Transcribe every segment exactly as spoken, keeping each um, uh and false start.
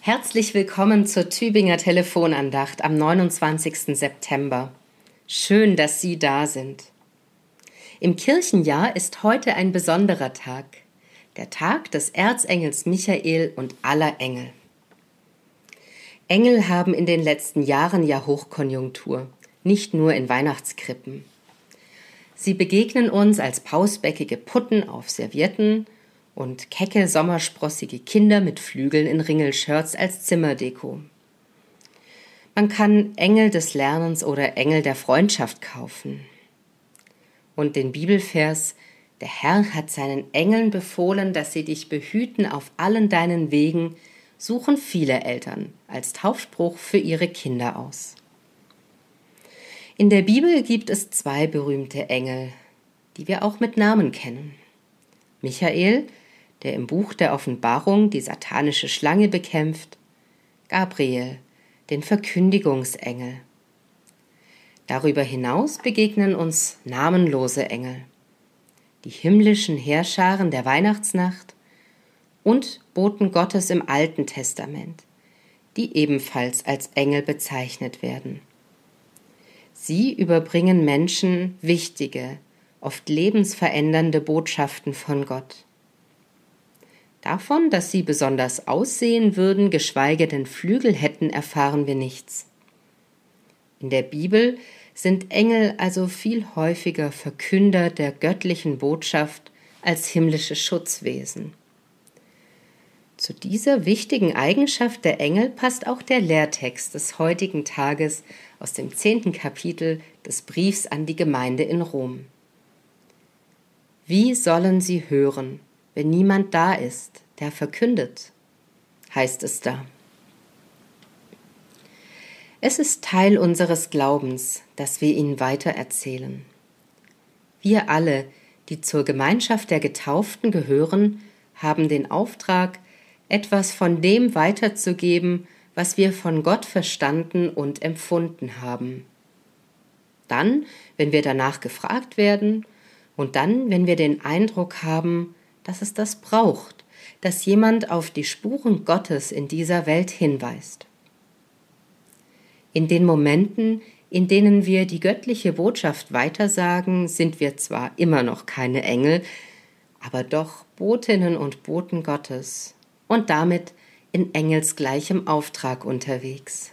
Herzlich willkommen zur Tübinger Telefonandacht am neunundzwanzigsten September. Schön, dass Sie da sind. Im Kirchenjahr ist heute ein besonderer Tag, der Tag des Erzengels Michael und aller Engel. Engel haben in den letzten Jahren ja Hochkonjunktur, nicht nur in Weihnachtskrippen. Sie begegnen uns als pausbäckige Putten auf Servietten und kecke, sommersprossige Kinder mit Flügeln in Ringelshirts als Zimmerdeko. Man kann Engel des Lernens oder Engel der Freundschaft kaufen. Und den Bibelvers: Der Herr hat seinen Engeln befohlen, dass sie dich behüten auf allen deinen Wegen, suchen viele Eltern als Taufspruch für ihre Kinder aus. In der Bibel gibt es zwei berühmte Engel, die wir auch mit Namen kennen. Michael, der im Buch der Offenbarung die satanische Schlange bekämpft, Gabriel, den Verkündigungsengel. Darüber hinaus begegnen uns namenlose Engel, die himmlischen Heerscharen der Weihnachtsnacht und Boten Gottes im Alten Testament, die ebenfalls als Engel bezeichnet werden. Sie überbringen Menschen wichtige, oft lebensverändernde Botschaften von Gott. Davon, dass sie besonders aussehen würden, geschweige denn Flügel hätten, erfahren wir nichts. In der Bibel sind Engel also viel häufiger Verkünder der göttlichen Botschaft als himmlische Schutzwesen. Zu dieser wichtigen Eigenschaft der Engel passt auch der Lehrtext des heutigen Tages aus dem zehnten Kapitel des Briefs an die Gemeinde in Rom. Wie sollen sie hören, wenn niemand da ist, der verkündet, heißt es da. Es ist Teil unseres Glaubens, dass wir ihn weitererzählen. Wir alle, die zur Gemeinschaft der Getauften gehören, haben den Auftrag, etwas von dem weiterzugeben, was wir von Gott verstanden und empfunden haben. Dann, wenn wir danach gefragt werden, und dann, wenn wir den Eindruck haben, dass es das braucht, dass jemand auf die Spuren Gottes in dieser Welt hinweist. In den Momenten, in denen wir die göttliche Botschaft weitersagen, sind wir zwar immer noch keine Engel, aber doch Botinnen und Boten Gottes und damit in engelsgleichem Auftrag unterwegs.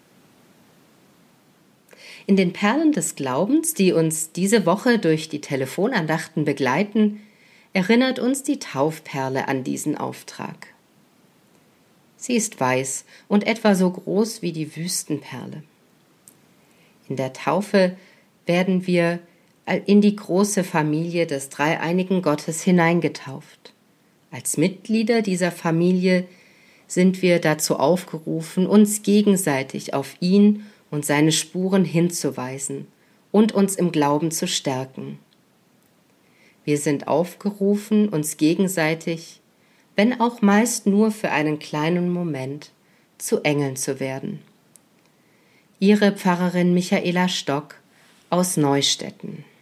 In den Perlen des Glaubens, die uns diese Woche durch die Telefonandachten begleiten, erinnert uns die Taufperle an diesen Auftrag. Sie ist weiß und etwa so groß wie die Wüstenperle. In der Taufe werden wir in die große Familie des dreieinigen Gottes hineingetauft. Als Mitglieder dieser Familie sind wir dazu aufgerufen, uns gegenseitig auf ihn und seine Spuren hinzuweisen und uns im Glauben zu stärken. Wir sind aufgerufen, uns gegenseitig, wenn auch meist nur für einen kleinen Moment, zu Engeln zu werden. Ihre Pfarrerin Michaela Stock aus Neustetten.